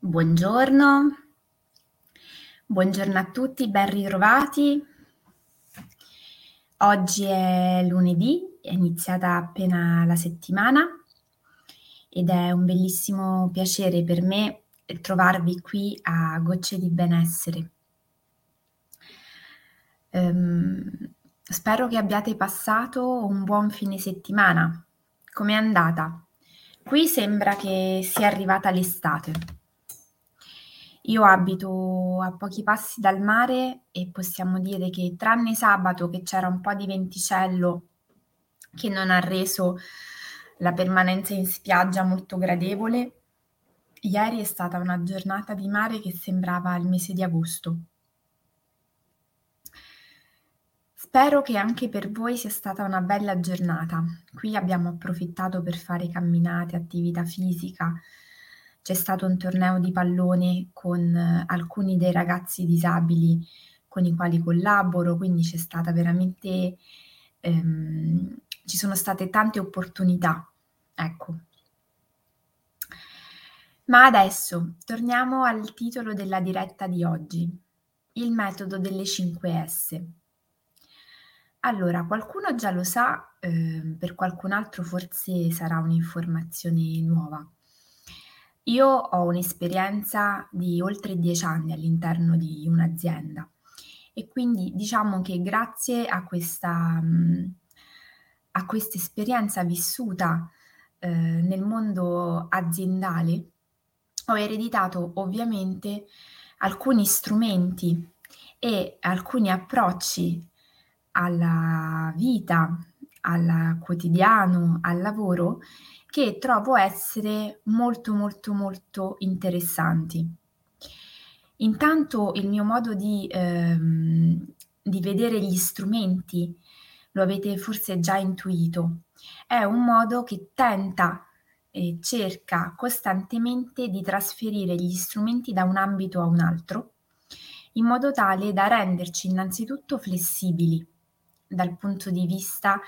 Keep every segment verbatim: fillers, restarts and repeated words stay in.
Buongiorno, buongiorno a tutti, ben ritrovati. Oggi è lunedì, è iniziata appena la settimana ed è un bellissimo piacere per me trovarvi qui a Gocce di Benessere. Ehm, spero che abbiate passato un buon fine settimana. Com'è andata? Qui sembra che sia arrivata l'estate. Io abito a pochi passi dal mare e possiamo dire che tranne sabato che c'era un po' di venticello che non ha reso la permanenza in spiaggia molto gradevole, ieri è stata una giornata di mare che sembrava il mese di agosto. Spero che anche per voi sia stata una bella giornata. Qui abbiamo approfittato per fare camminate, attività fisica. C'è stato un torneo di pallone con eh, alcuni dei ragazzi disabili con i quali collaboro, quindi c'è stata veramente, ehm, ci sono state tante opportunità. Ecco. Ma adesso torniamo al titolo della diretta di oggi, il metodo delle cinque S. Allora, qualcuno già lo sa, ehm, per qualcun altro forse sarà un'informazione nuova. Io ho un'esperienza di oltre dieci anni all'interno di un'azienda e quindi diciamo che grazie a questa, mhmm, a questa esperienza vissuta, ehm, nel mondo aziendale, ho ereditato ovviamente alcuni strumenti e alcuni approcci alla vita, al quotidiano, al lavoro, che trovo essere molto, molto, molto interessanti. Intanto il mio modo di, ehm, di vedere gli strumenti, lo avete forse già intuito, è un modo che tenta e cerca costantemente di trasferire gli strumenti da un ambito a un altro, in modo tale da renderci innanzitutto flessibili dal punto di vista,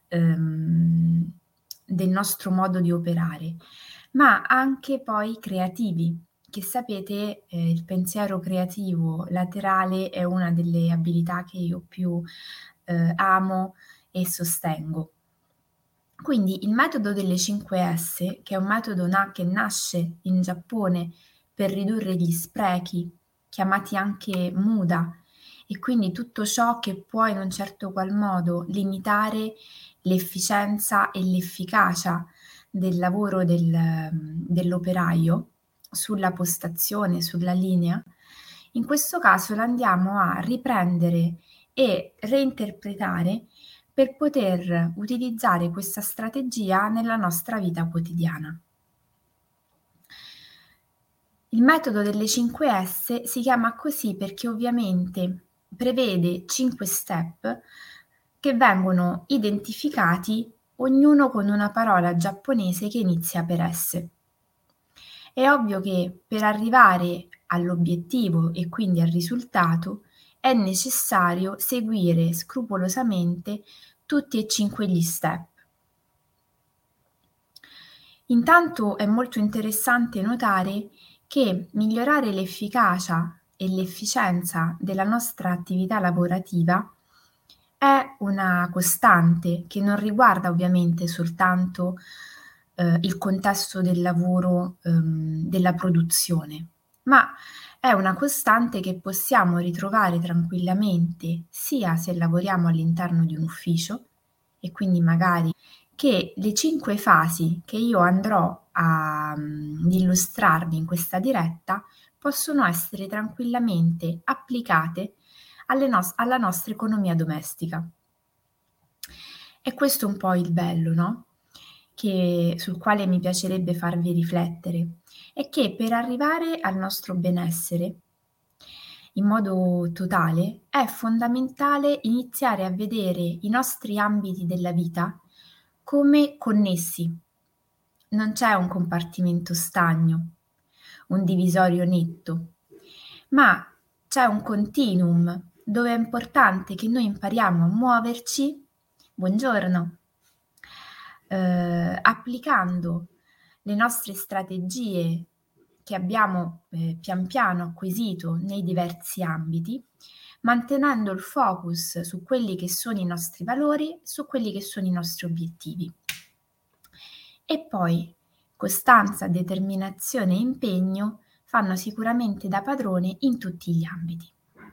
ehm, del nostro modo di operare, ma anche poi creativi, che sapete, ehm, il pensiero creativo laterale è una delle abilità che io più, ehm, amo e sostengo. Quindi il metodo delle cinque S, che è un metodo na che nasce in Giappone per ridurre gli sprechi, chiamati anche muda, e quindi tutto ciò che può in un certo qual modo limitare l'efficienza e l'efficacia del lavoro del mhmm, dell'operaio sulla postazione, sulla linea, in questo caso la andiamo a riprendere e reinterpretare per poter utilizzare questa strategia nella nostra vita quotidiana. Il metodo delle cinque S si chiama così perché ovviamente prevede cinque step che vengono identificati ognuno con una parola giapponese che inizia per S. È ovvio che per arrivare all'obiettivo e quindi al risultato è necessario seguire scrupolosamente tutti e cinque gli step. Intanto è molto interessante notare che migliorare l'efficacia e l'efficienza della nostra attività lavorativa è una costante che non riguarda ovviamente soltanto, ehm, il contesto del lavoro, ehm, della produzione, ma è una costante che possiamo ritrovare tranquillamente sia se lavoriamo all'interno di un ufficio e quindi magari che le cinque fasi che io andrò a mhmm, illustrarvi in questa diretta possono essere tranquillamente applicate alle nos alla nostra economia domestica. E questo è un po' il bello, no, che sul quale mi piacerebbe farvi riflettere, è che per arrivare al nostro benessere in modo totale, è fondamentale iniziare a vedere i nostri ambiti della vita come connessi. Non c'è un compartimento stagno, un divisorio netto, ma c'è un continuum dove è importante che noi impariamo a muoverci, buongiorno, eh, applicando le nostre strategie che abbiamo eh, pian piano acquisito nei diversi ambiti, mantenendo il focus su quelli che sono i nostri valori, su quelli che sono i nostri obiettivi. E poi costanza, determinazione e impegno fanno sicuramente da padrone in tutti gli ambiti.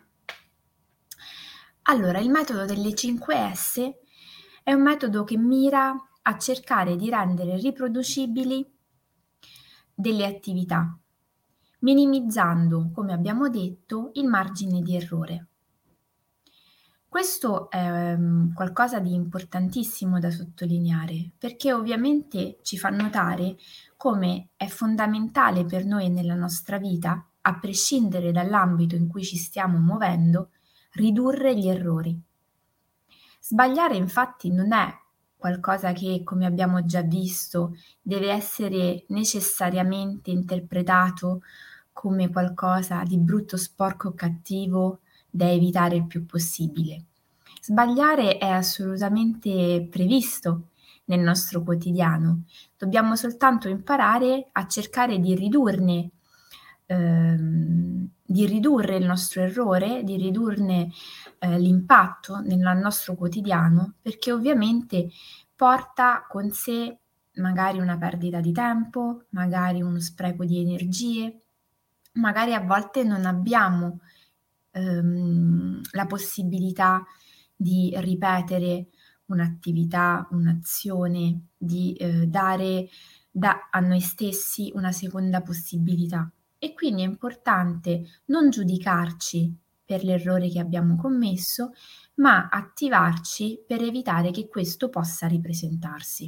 Allora, il metodo delle cinque S è un metodo che mira a cercare di rendere riproducibili delle attività, minimizzando, come abbiamo detto, il margine di errore. Questo è um, qualcosa di importantissimo da sottolineare, perché ovviamente ci fa notare come è fondamentale per noi nella nostra vita, a prescindere dall'ambito in cui ci stiamo muovendo, ridurre gli errori. Sbagliare infatti non è qualcosa che, come abbiamo già visto, deve essere necessariamente interpretato come qualcosa di brutto, sporco o cattivo da evitare il più possibile. Sbagliare è assolutamente previsto nel nostro quotidiano, dobbiamo soltanto imparare a cercare di ridurne, ehm, di ridurre il nostro errore, di ridurne eh, l'impatto nel nostro quotidiano, perché ovviamente porta con sé magari una perdita di tempo, magari uno spreco di energie, magari a volte non abbiamo ehm, la possibilità di ripetere un'attività, un'azione, di eh, dare da, a noi stessi una seconda possibilità. E quindi è importante non giudicarci per l'errore che abbiamo commesso, ma attivarci per evitare che questo possa ripresentarsi.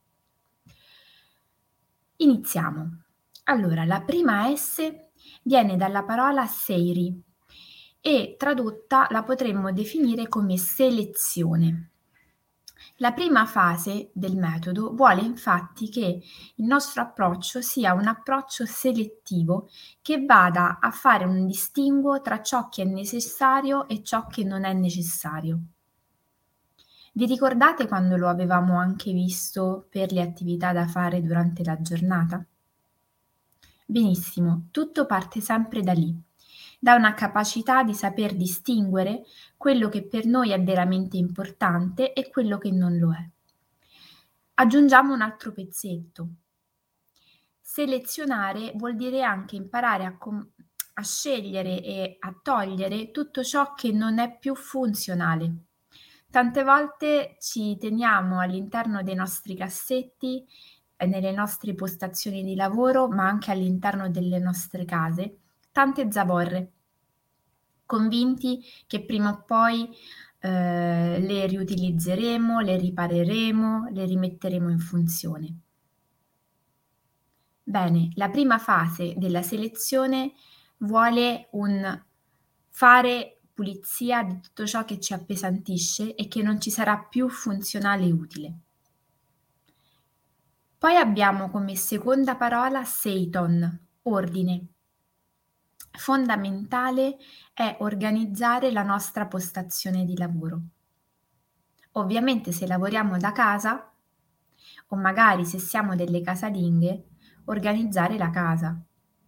Iniziamo. Allora, la prima S viene dalla parola seiri e tradotta la potremmo definire come selezione. La prima fase del metodo vuole infatti che il nostro approccio sia un approccio selettivo che vada a fare un distinguo tra ciò che è necessario e ciò che non è necessario. Vi ricordate quando lo avevamo anche visto per le attività da fare durante la giornata? Benissimo, tutto parte sempre da lì, da una capacità di saper distinguere quello che per noi è veramente importante e quello che non lo è. Aggiungiamo un altro pezzetto. Selezionare vuol dire anche imparare a, com- a scegliere e a togliere tutto ciò che non è più funzionale. Tante volte ci teniamo all'interno dei nostri cassetti, eh, nelle nostre postazioni di lavoro, ma anche all'interno delle nostre case, tante zavorre, convinti che prima o poi eh, le riutilizzeremo, le ripareremo, le rimetteremo in funzione. Bene, la prima fase della selezione vuole un fare pulizia di tutto ciò che ci appesantisce e che non ci sarà più funzionale e utile. Poi abbiamo come seconda parola Seiton, ordine. Fondamentale è organizzare la nostra postazione di lavoro. Ovviamente se lavoriamo da casa o magari se siamo delle casalinghe, organizzare la casa.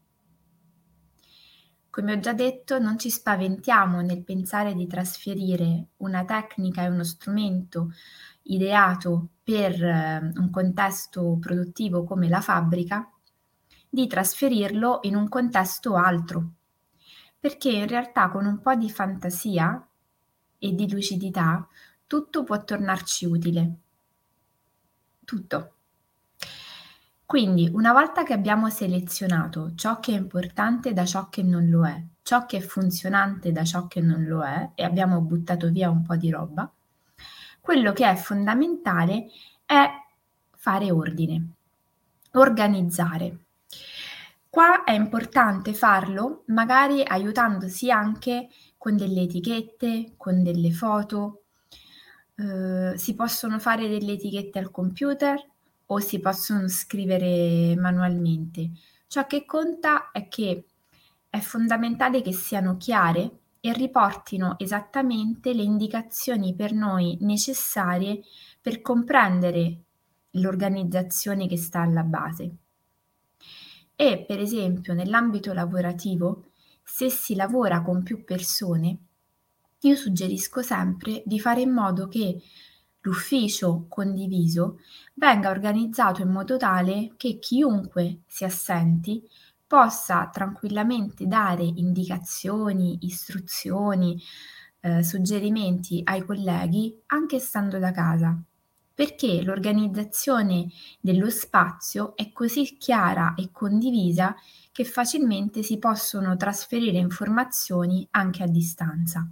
Come ho già detto, non ci spaventiamo nel pensare di trasferire una tecnica e uno strumento ideato per eh, un contesto produttivo come la fabbrica, di trasferirlo in un contesto altro, perché in realtà con un po' di fantasia e di lucidità tutto può tornarci utile. Tutto. Quindi, una volta che abbiamo selezionato ciò che è importante da ciò che non lo è, ciò che è funzionante da ciò che non lo è, e abbiamo buttato via un po' di roba, quello che è fondamentale è fare ordine, organizzare. Qua è importante farlo magari aiutandosi anche con delle etichette, con delle foto. Eh, si possono fare delle etichette al computer o si possono scrivere manualmente. Ciò che conta è che è fondamentale che siano chiare e riportino esattamente le indicazioni per noi necessarie per comprendere l'organizzazione che sta alla base. E per esempio nell'ambito lavorativo, se si lavora con più persone, io suggerisco sempre di fare in modo che l'ufficio condiviso venga organizzato in modo tale che chiunque si assenti possa tranquillamente dare indicazioni, istruzioni, ehm, suggerimenti ai colleghi anche stando da casa, perché l'organizzazione dello spazio è così chiara e condivisa che facilmente si possono trasferire informazioni anche a distanza.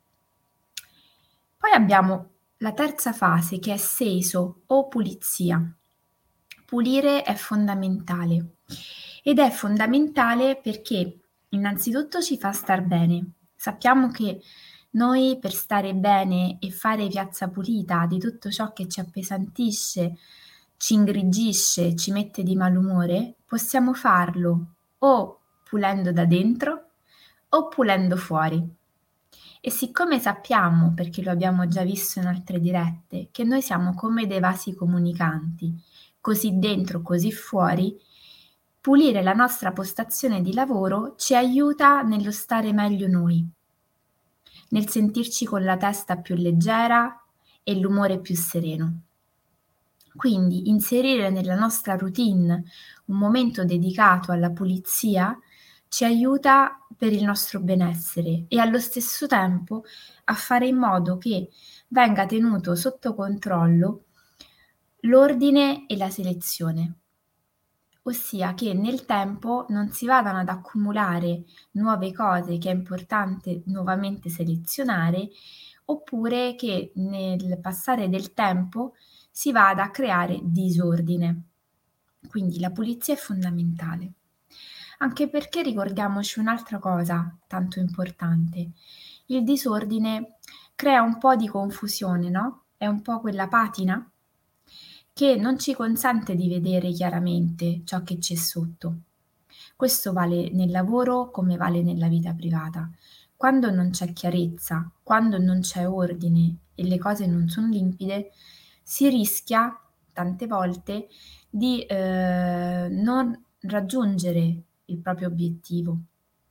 Poi abbiamo la terza fase che è seiso o pulizia. Pulire è fondamentale ed è fondamentale perché innanzitutto ci fa star bene. Sappiamo che noi per stare bene e fare piazza pulita di tutto ciò che ci appesantisce, ci ingrigisce, ci mette di malumore, possiamo farlo o pulendo da dentro o pulendo fuori. E siccome sappiamo, perché lo abbiamo già visto in altre dirette, che noi siamo come dei vasi comunicanti, così dentro, così fuori, pulire la nostra postazione di lavoro ci aiuta nello stare meglio noi, nel sentirci con la testa più leggera e l'umore più sereno. Quindi inserire nella nostra routine un momento dedicato alla pulizia ci aiuta per il nostro benessere e allo stesso tempo a fare in modo che venga tenuto sotto controllo l'ordine e la selezione, ossia che nel tempo non si vadano ad accumulare nuove cose che è importante nuovamente selezionare, oppure che nel passare del tempo si vada a creare disordine. Quindi la pulizia è fondamentale. Anche perché ricordiamoci un'altra cosa tanto importante: il disordine crea un po' di confusione, no, è un po' quella patina che non ci consente di vedere chiaramente ciò che c'è sotto. Questo vale nel lavoro come vale nella vita privata. Quando non c'è chiarezza, quando non c'è ordine e le cose non son limpide, si rischia tante volte di, ehm, non raggiungere il proprio obiettivo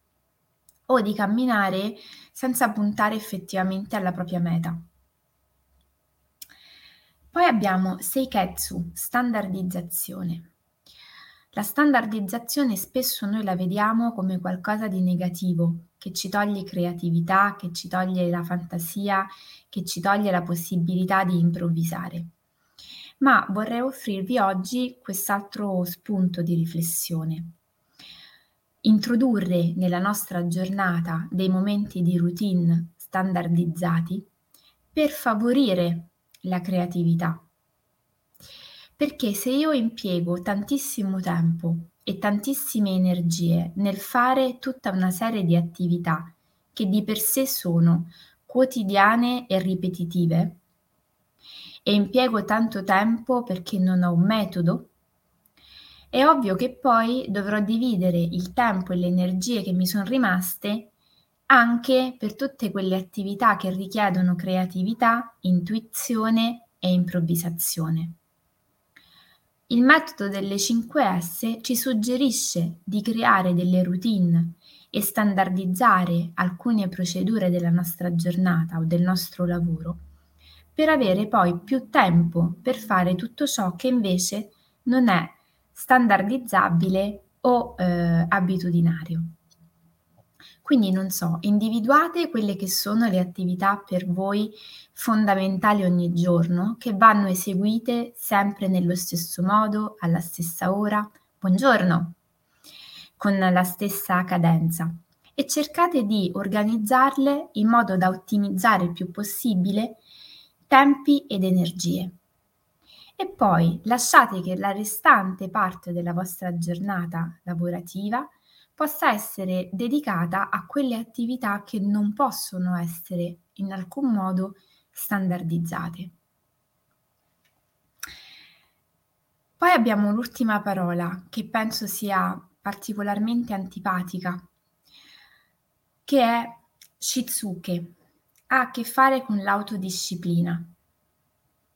o di camminare senza puntare effettivamente alla propria meta. Poi abbiamo Seiketsu, standardizzazione. La standardizzazione spesso noi la vediamo come qualcosa di negativo, che ci toglie creatività, che ci toglie la fantasia, che ci toglie la possibilità di improvvisare. Ma vorrei offrirvi oggi quest'altro spunto di riflessione. Introdurre nella nostra giornata dei momenti di routine standardizzati per favorire la creatività. Perché se io impiego tantissimo tempo e tantissime energie nel fare tutta una serie di attività che di per sé sono quotidiane e ripetitive e impiego tanto tempo perché non ho un metodo, è ovvio che poi dovrò dividere il tempo e le energie che mi son rimaste anche per tutte quelle attività che richiedono creatività, intuizione e improvvisazione. Il metodo delle cinque S ci suggerisce di creare delle routine e standardizzare alcune procedure della nostra giornata o del nostro lavoro per avere poi più tempo per fare tutto ciò che invece non è standardizzabile o, ehm, abitudinario. Quindi non so, individuate quelle che sono le attività per voi fondamentali ogni giorno, che vanno eseguite sempre nello stesso modo, alla stessa ora, buongiorno, con la stessa cadenza e cercate di organizzarle in modo da ottimizzare il più possibile tempi ed energie. E poi lasciate che la restante parte della vostra giornata lavorativa possa essere dedicata a quelle attività che non possono essere in alcun modo standardizzate. Poi abbiamo l'ultima parola che penso sia particolarmente antipatica, che è shitsuke. Ha a che fare con l'autodisciplina.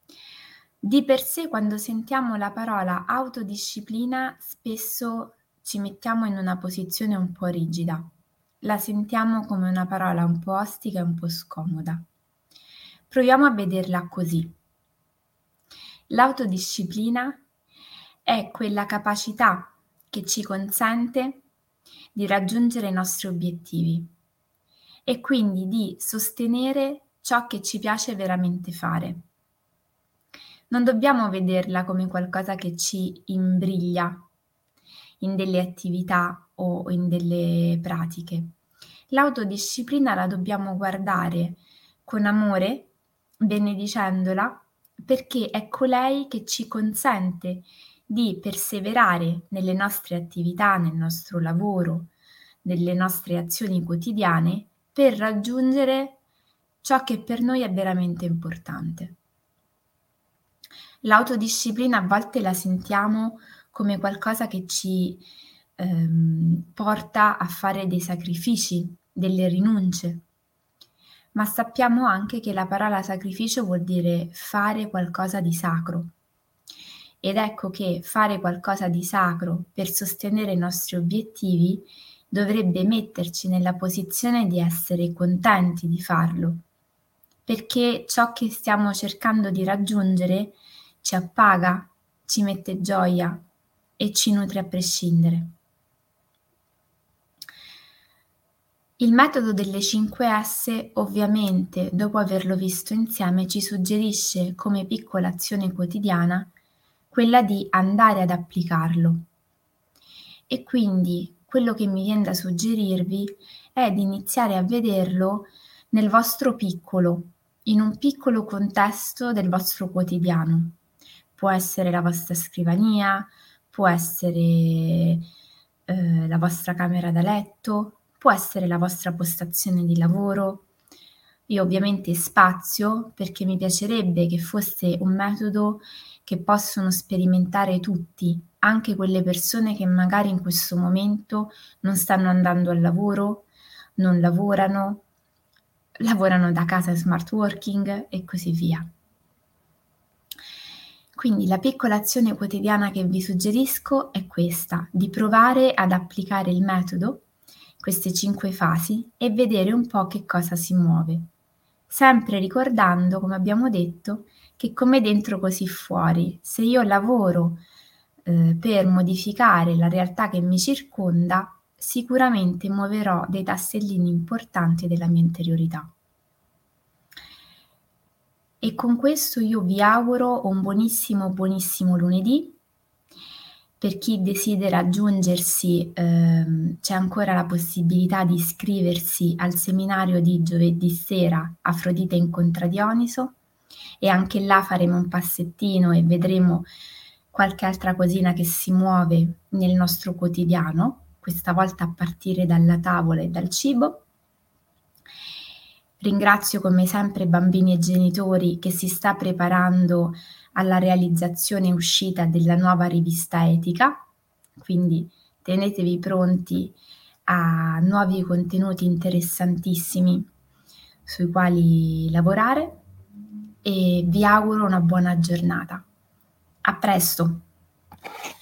Di per sé quando sentiamo la parola autodisciplina spesso ci mettiamo in una posizione un po' rigida. La sentiamo come una parola un po' ostica e un po' scomoda. Proviamo a vederla così. L'autodisciplina è quella capacità che ci consente di raggiungere i nostri obiettivi e quindi di sostenere ciò che ci piace veramente fare. Non dobbiamo vederla come qualcosa che ci imbriglia in delle attività o in delle pratiche. L'autodisciplina la dobbiamo guardare con amore, benedicendola, perché è colei che ci consente di perseverare nelle nostre attività, nel nostro lavoro, nelle nostre azioni quotidiane per raggiungere ciò che per noi è veramente importante. L'autodisciplina a volte la sentiamo come qualcosa che ci ehm, porta a fare dei sacrifici, delle rinunce, ma sappiamo anche che la parola sacrificio vuol dire fare qualcosa di sacro. Ed ecco che fare qualcosa di sacro per sostenere i nostri obiettivi dovrebbe metterci nella posizione di essere contenti di farlo, perché ciò che stiamo cercando di raggiungere ci appaga, ci mette gioia e ci nutre a prescindere. Il metodo delle cinque esse, ovviamente, dopo averlo visto insieme, ci suggerisce come piccola azione quotidiana quella di andare ad applicarlo. E quindi quello che mi vien da suggerirvi è di iniziare a vederlo nel vostro piccolo, in un piccolo contesto del vostro quotidiano. Può essere la vostra scrivania, può essere eh, la vostra camera da letto, può essere la vostra postazione di lavoro. Io ovviamente spazio perché mi piacerebbe che fosse un metodo che possono sperimentare tutti, anche quelle persone che magari in questo momento non stanno andando al lavoro, non lavorano, lavorano da casa in smart working e così via. Quindi la piccola azione quotidiana che vi suggerisco è questa, di provare ad applicare il metodo, queste cinque fasi, e vedere un po' che cosa si muove. Sempre ricordando, come abbiamo detto, che come dentro così fuori, se io lavoro eh, per modificare la realtà che mi circonda, sicuramente muoverò dei tassellini importanti della mia interiorità. E con questo io vi auguro un buonissimo, buonissimo lunedì. Per chi desidera aggiungersi, ehm, c'è ancora la possibilità di iscriversi al seminario di giovedì sera Afrodite incontra Dioniso e anche là faremo un passettino e vedremo qualche altra cosina che si muove nel nostro quotidiano, questa volta a partire dalla tavola e dal cibo. Ringrazio come sempre bambini e genitori che si sta preparando alla realizzazione e uscita della nuova rivista Etica, quindi tenetevi pronti a nuovi contenuti interessantissimi sui quali lavorare e vi auguro una buona giornata. A presto!